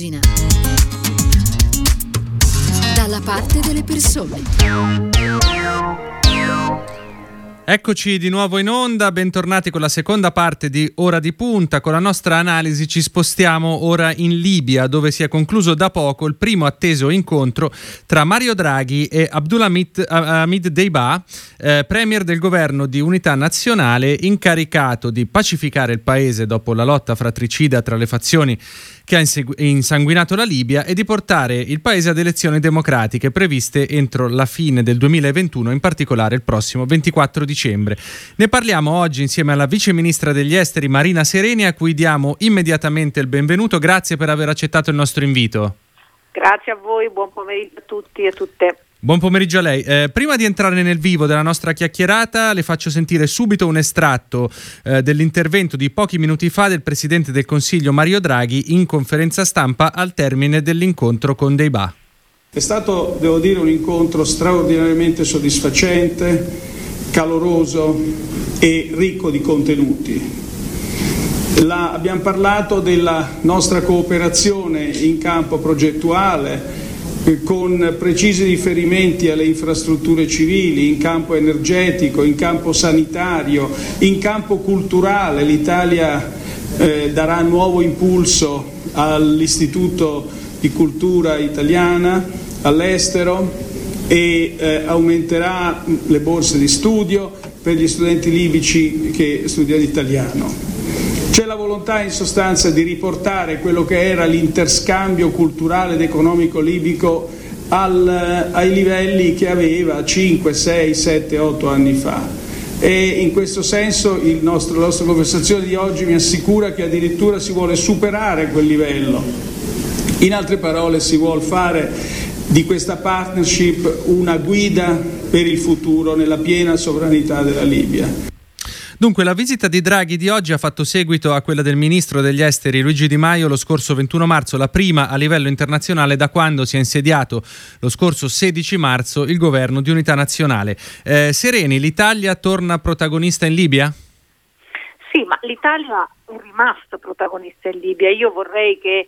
pagina. Dalla parte delle persone. Eccoci di nuovo in onda, bentornati con la seconda parte di Ora di Punta. Con la nostra analisi ci spostiamo ora in Libia, dove si è concluso da poco il primo atteso incontro tra Mario Draghi e Abdulhamid Deiba, premier del governo di unità nazionale incaricato di pacificare il paese dopo la lotta fratricida tra le fazioni che ha insanguinato la Libia e di portare il paese ad elezioni democratiche previste entro la fine del 2021, in particolare il prossimo 24 dicembre. Ne parliamo oggi insieme alla vice ministra degli esteri Marina Sereni, a cui diamo immediatamente il benvenuto. Grazie per aver accettato il nostro invito. Grazie a voi, buon pomeriggio a tutti e a tutte. Buon pomeriggio a lei. Prima di entrare nel vivo della nostra chiacchierata, le faccio sentire subito un estratto dell'intervento di pochi minuti fa del Presidente del Consiglio Mario Draghi in conferenza stampa al termine dell'incontro con Deiba. È stato, devo dire, un incontro straordinariamente soddisfacente, caloroso e ricco di contenuti. Abbiamo parlato della nostra cooperazione in campo progettuale, con precisi riferimenti alle infrastrutture civili, in campo energetico, in campo sanitario, in campo culturale. L'Italia darà nuovo impulso all'Istituto di Cultura Italiana all'estero e aumenterà le borse di studio per gli studenti libici che studiano italiano. C'è la volontà in sostanza di riportare quello che era l'interscambio culturale ed economico libico ai livelli che aveva 5, 6, 7, 8 anni fa. E in questo senso la nostra conversazione di oggi mi assicura che addirittura si vuole superare quel livello. In altre parole, si vuole fare di questa partnership una guida per il futuro nella piena sovranità della Libia. Dunque, la visita di Draghi di oggi ha fatto seguito a quella del ministro degli esteri Luigi Di Maio lo scorso 21 marzo, la prima a livello internazionale da quando si è insediato lo scorso 16 marzo il governo di unità nazionale. Sereni, l'Italia torna protagonista in Libia? Sì, ma l'Italia è rimasta protagonista in Libia. Io vorrei che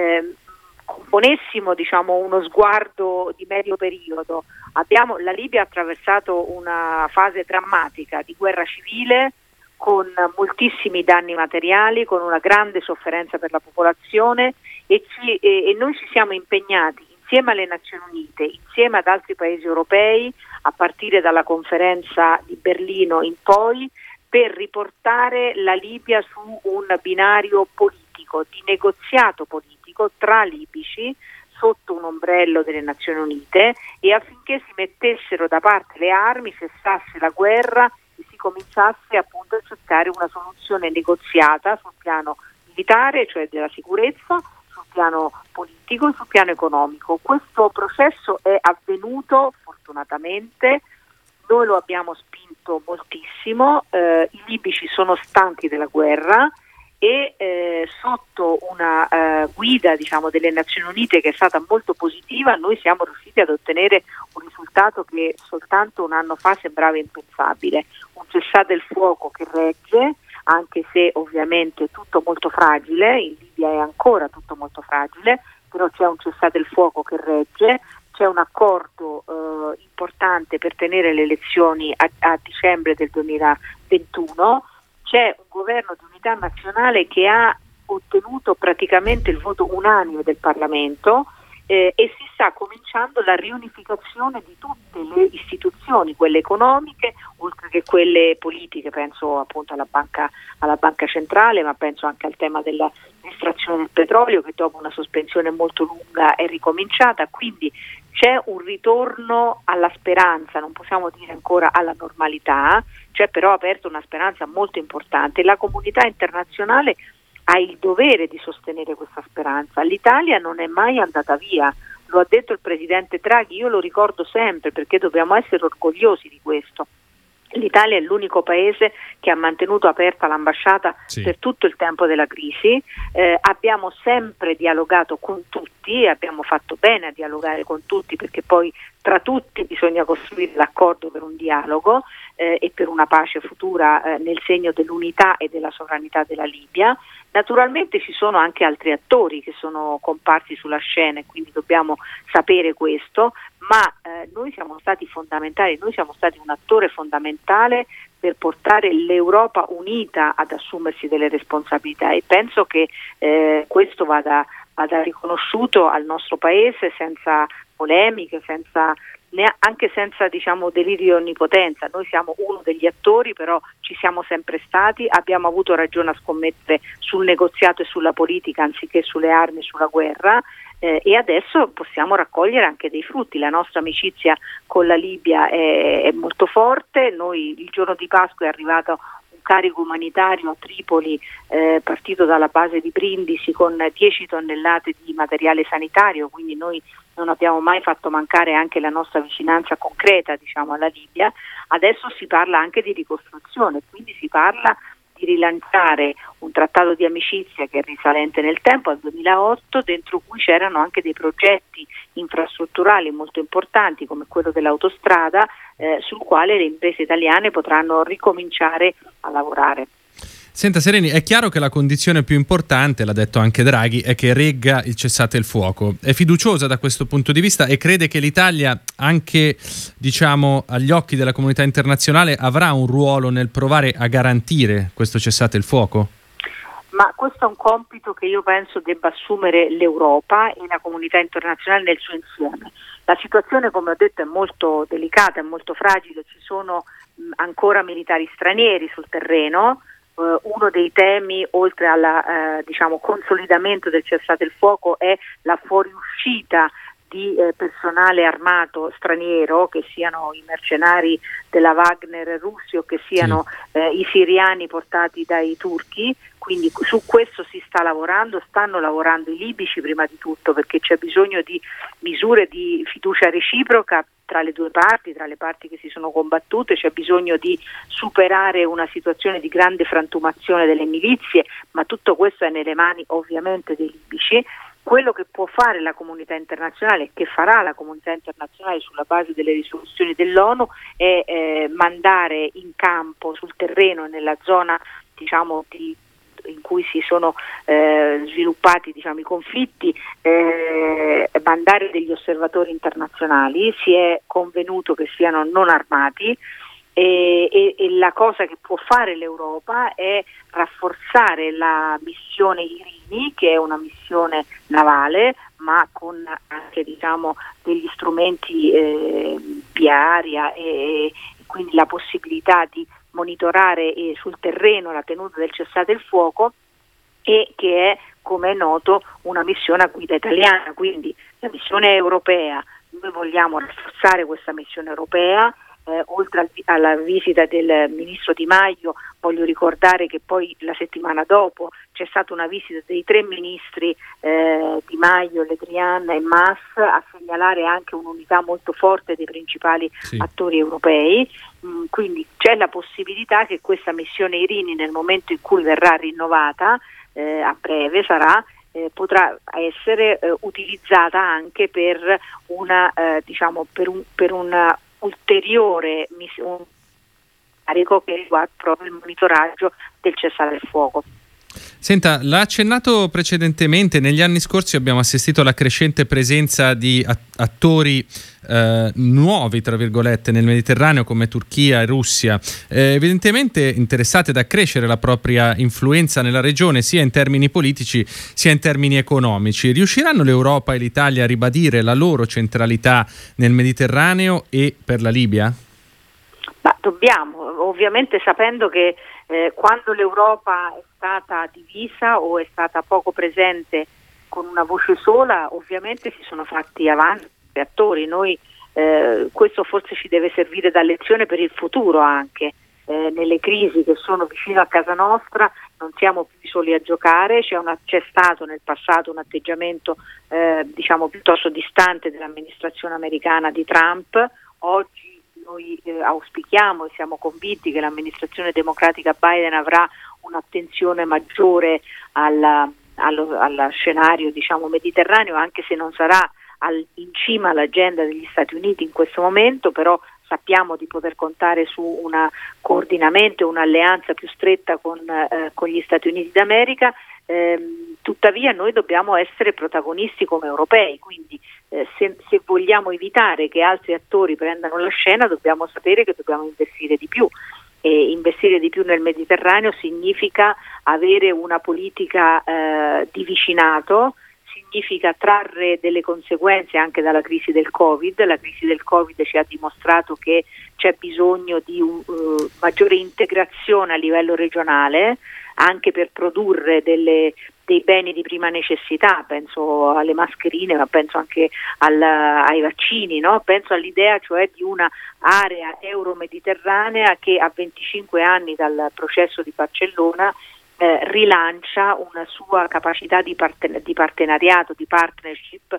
componessimo, uno sguardo di medio periodo. La Libia ha attraversato una fase drammatica di guerra civile con moltissimi danni materiali, con una grande sofferenza per la popolazione e noi ci siamo impegnati insieme alle Nazioni Unite, insieme ad altri paesi europei, a partire dalla conferenza di Berlino in poi, per riportare la Libia su un binario politico, di negoziato politico tra libici, sotto un ombrello delle Nazioni Unite, e affinché si mettessero da parte le armi, cessasse la guerra e si cominciasse appunto a cercare una soluzione negoziata sul piano militare, cioè della sicurezza, sul piano politico e sul piano economico. Questo processo è avvenuto fortunatamente, noi lo abbiamo spinto moltissimo, i libici sono stanchi della guerra e sotto una guida delle Nazioni Unite che è stata molto positiva, noi siamo riusciti ad ottenere un risultato che soltanto un anno fa sembrava impensabile, un cessate il fuoco che regge, anche se ovviamente è tutto molto fragile, in Libia è ancora tutto molto fragile, però c'è un cessate il fuoco che regge, c'è un accordo importante per tenere le elezioni a dicembre del 2021, c'è un governo di unità nazionale che ha ottenuto praticamente il voto unanime del Parlamento e si sta cominciando la riunificazione di tutte le istituzioni, quelle economiche, oltre che quelle politiche, penso appunto alla banca centrale, ma penso anche al tema dell'estrazione del petrolio che dopo una sospensione molto lunga è ricominciata, quindi c'è un ritorno alla speranza, non possiamo dire ancora alla normalità, c'è però aperta una speranza molto importante. La comunità internazionale ha il dovere di sostenere questa speranza. L'Italia non è mai andata via, lo ha detto il Presidente Draghi, io lo ricordo sempre perché dobbiamo essere orgogliosi di questo. L'Italia è l'unico paese che ha mantenuto aperta l'ambasciata per tutto il tempo della crisi, abbiamo sempre dialogato con tutti, abbiamo fatto bene a dialogare con tutti, perché poi tra tutti bisogna costruire l'accordo per un dialogo e per una pace futura nel segno dell'unità e della sovranità della Libia. Naturalmente ci sono anche altri attori che sono comparsi sulla scena e quindi dobbiamo sapere questo, ma noi siamo stati fondamentali, noi siamo stati un attore fondamentale per portare l'Europa unita ad assumersi delle responsabilità, e penso che questo vada riconosciuto al nostro Paese senza polemiche, anche senza delirio di onnipotenza. Noi siamo uno degli attori, però ci siamo sempre stati, abbiamo avuto ragione a scommettere sul negoziato e sulla politica anziché sulle armi e sulla guerra, e adesso possiamo raccogliere anche dei frutti. La nostra amicizia con la Libia è molto forte. Noi il giorno di Pasqua è arrivato un carico umanitario a Tripoli, partito dalla base di Brindisi, con 10 tonnellate di materiale sanitario, quindi noi non abbiamo mai fatto mancare anche la nostra vicinanza concreta alla Libia. Adesso si parla anche di ricostruzione, quindi si parla di rilanciare un trattato di amicizia che è risalente nel tempo, al 2008, dentro cui c'erano anche dei progetti infrastrutturali molto importanti come quello dell'autostrada, sul quale le imprese italiane potranno ricominciare a lavorare. Senta Sereni, è chiaro che la condizione più importante, l'ha detto anche Draghi, è che regga il cessate il fuoco. È fiduciosa da questo punto di vista e crede che l'Italia, anche agli occhi della comunità internazionale, avrà un ruolo nel provare a garantire questo cessate il fuoco? Ma questo è un compito che io penso debba assumere l'Europa e la comunità internazionale nel suo insieme. La situazione, come ho detto, è molto delicata, è molto fragile, ci sono ancora militari stranieri sul terreno. Uno dei temi, oltre al consolidamento del cessate il fuoco, è la fuoriuscita di personale armato straniero, che siano i mercenari della Wagner russi o che siano i siriani portati dai turchi. Quindi su questo si sta lavorando, stanno lavorando i libici prima di tutto, perché c'è bisogno di misure di fiducia reciproca tra le due parti, tra le parti che si sono combattute. C'è bisogno di superare una situazione di grande frantumazione delle milizie, ma tutto questo è nelle mani ovviamente dei libici. Quello che può fare la comunità internazionale, che farà la comunità internazionale sulla base delle risoluzioni dell'ONU, è mandare in campo, sul terreno, nella zona in cui si sono sviluppati i conflitti, mandare degli osservatori internazionali. Si è convenuto che siano non armati, e la cosa che può fare l'Europa è rafforzare la missione Irini, che è una missione navale, ma con anche degli strumenti via aria, e quindi la possibilità di monitorare sul terreno la tenuta del cessate il fuoco, e che è, come è noto, una missione a guida italiana. Quindi la missione europea, noi vogliamo rafforzare questa missione europea. Oltre alla visita del ministro Di Maio, voglio ricordare che poi la settimana dopo c'è stata una visita dei 3 ministri Di Maio, Le Drian e Mas, a segnalare anche un'unità molto forte dei principali attori europei. Quindi c'è la possibilità che questa missione Irini, nel momento in cui verrà rinnovata, a breve potrà essere utilizzata anche per una per una ulteriore carico che riguarda proprio il monitoraggio del cessate il fuoco. Senta, l'ha accennato precedentemente, negli anni scorsi abbiamo assistito alla crescente presenza di attori nuovi, tra virgolette, nel Mediterraneo, come Turchia e Russia, evidentemente interessate ad accrescere la propria influenza nella regione, sia in termini politici sia in termini economici. Riusciranno l'Europa e l'Italia a ribadire la loro centralità nel Mediterraneo e per la Libia? Ma dobbiamo, ovviamente, sapendo che quando l'Europa è stata divisa o è stata poco presente con una voce sola, ovviamente si sono fatti avanti gli attori. Noi questo forse ci deve servire da lezione per il futuro anche. Nelle crisi che sono vicino a casa nostra non siamo più soli a giocare. C'è stato nel passato un atteggiamento piuttosto distante dell'amministrazione americana di Trump. Oggi noi auspichiamo e siamo convinti che l'amministrazione democratica Biden avrà un'attenzione maggiore allo scenario, diciamo, mediterraneo, anche se non sarà in cima all'agenda degli Stati Uniti in questo momento, però sappiamo di poter contare su un coordinamento, un'alleanza più stretta con gli Stati Uniti d'America. Tuttavia noi dobbiamo essere protagonisti come europei, quindi se vogliamo evitare che altri attori prendano la scena, dobbiamo sapere che dobbiamo investire di più. E investire di più nel Mediterraneo significa avere una politica di vicinato, significa trarre delle conseguenze anche dalla crisi del Covid. La crisi del Covid ci ha dimostrato che c'è bisogno di maggiore integrazione a livello regionale, anche per produrre dei beni di prima necessità, penso alle mascherine, ma penso anche ai vaccini, no? Penso all'idea cioè di una area euro-mediterranea che a 25 anni dal processo di Barcellona rilancia una sua capacità di partenariato, di partnership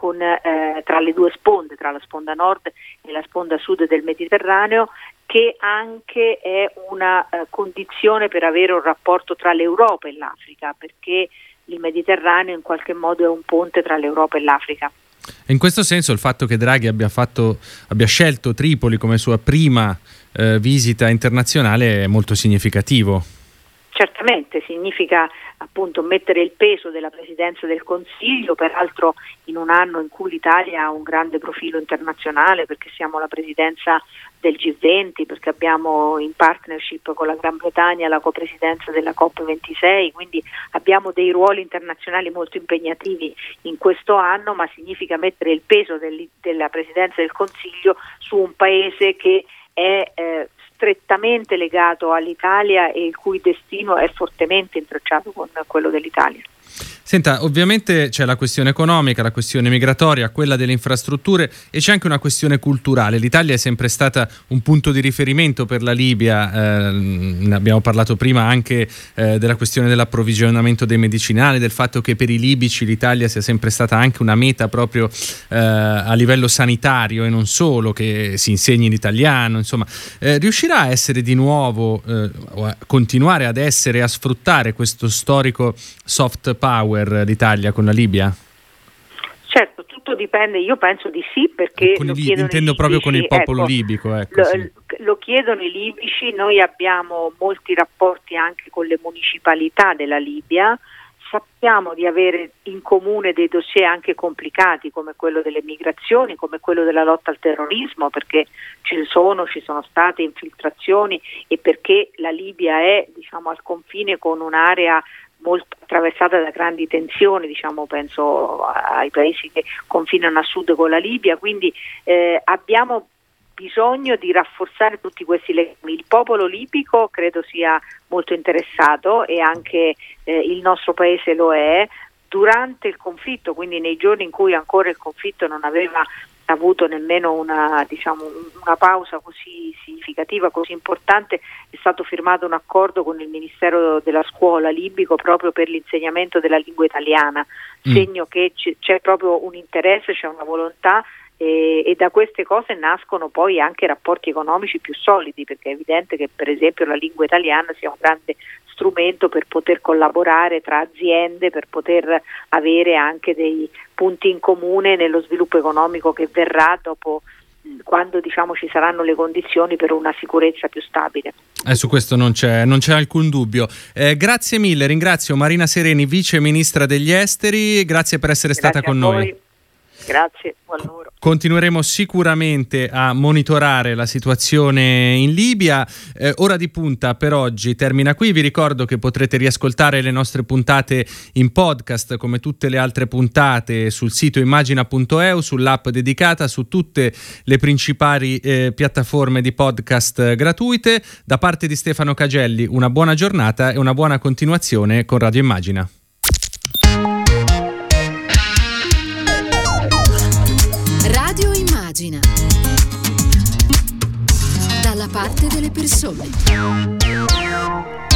tra le due sponde, tra la sponda nord e la sponda sud del Mediterraneo, che anche è una condizione per avere un rapporto tra l'Europa e l'Africa, perché il Mediterraneo in qualche modo è un ponte tra l'Europa e l'Africa. In questo senso il fatto che Draghi abbia scelto Tripoli come sua prima visita internazionale è molto significativo. Certamente, significa appunto mettere il peso della Presidenza del Consiglio, peraltro in un anno in cui l'Italia ha un grande profilo internazionale, perché siamo la Presidenza del G20, perché abbiamo in partnership con la Gran Bretagna la copresidenza della COP26, quindi abbiamo dei ruoli internazionali molto impegnativi in questo anno, ma significa mettere il peso della Presidenza del Consiglio su un paese che è strettamente legato all'Italia e il cui destino è fortemente intrecciato con quello dell'Italia. Senta, ovviamente c'è la questione economica, la questione migratoria, quella delle infrastrutture e c'è anche una questione culturale. L'Italia è sempre stata un punto di riferimento per la Libia, ne abbiamo parlato prima anche della questione dell'approvvigionamento dei medicinali, del fatto che per i libici l'Italia sia sempre stata anche una meta proprio a livello sanitario e non solo, che si insegni l'italiano, insomma. Riuscirà a essere di nuovo, o a continuare ad essere, a sfruttare questo storico soft power l'Italia con la Libia? Certo, tutto dipende, io penso di sì, perché intendo proprio con il popolo libico. Sì. Lo chiedono i libici, noi abbiamo molti rapporti anche con le municipalità della Libia, sappiamo di avere in comune dei dossier anche complicati come quello delle migrazioni, come quello della lotta al terrorismo, perché ci sono state infiltrazioni e perché la Libia è, diciamo, al confine con un'area molto attraversata da grandi tensioni, diciamo, penso ai paesi che confinano a sud con la Libia, quindi abbiamo bisogno di rafforzare tutti questi legami. Il popolo libico credo sia molto interessato e anche il nostro paese lo è. Durante il conflitto, quindi nei giorni in cui ancora il conflitto non aveva avuto nemmeno una pausa così significativa, così importante, è stato firmato un accordo con il Ministero della Scuola libico proprio per l'insegnamento della lingua italiana, segno che c'è proprio un interesse, c'è una volontà e da queste cose nascono poi anche rapporti economici più solidi, perché è evidente che per esempio la lingua italiana sia un grande strumento per poter collaborare tra aziende, per poter avere anche dei punti in comune nello sviluppo economico che verrà dopo, quando diciamo ci saranno le condizioni per una sicurezza più stabile. Su questo non c'è alcun dubbio. Grazie mille, ringrazio Marina Sereni, Vice Ministra degli Esteri, grazie per essere stata con noi. Grazie, buon lavoro. Continueremo sicuramente a monitorare la situazione in Libia. Ora di punta per oggi termina qui. Vi ricordo che potrete riascoltare le nostre puntate in podcast, come tutte le altre puntate, sul sito immagina.eu, sull'app dedicata, su tutte le principali piattaforme di podcast gratuite. Da parte di Stefano Cagelli, una buona giornata e una buona continuazione con Radio Immagina. Dalla parte delle persone.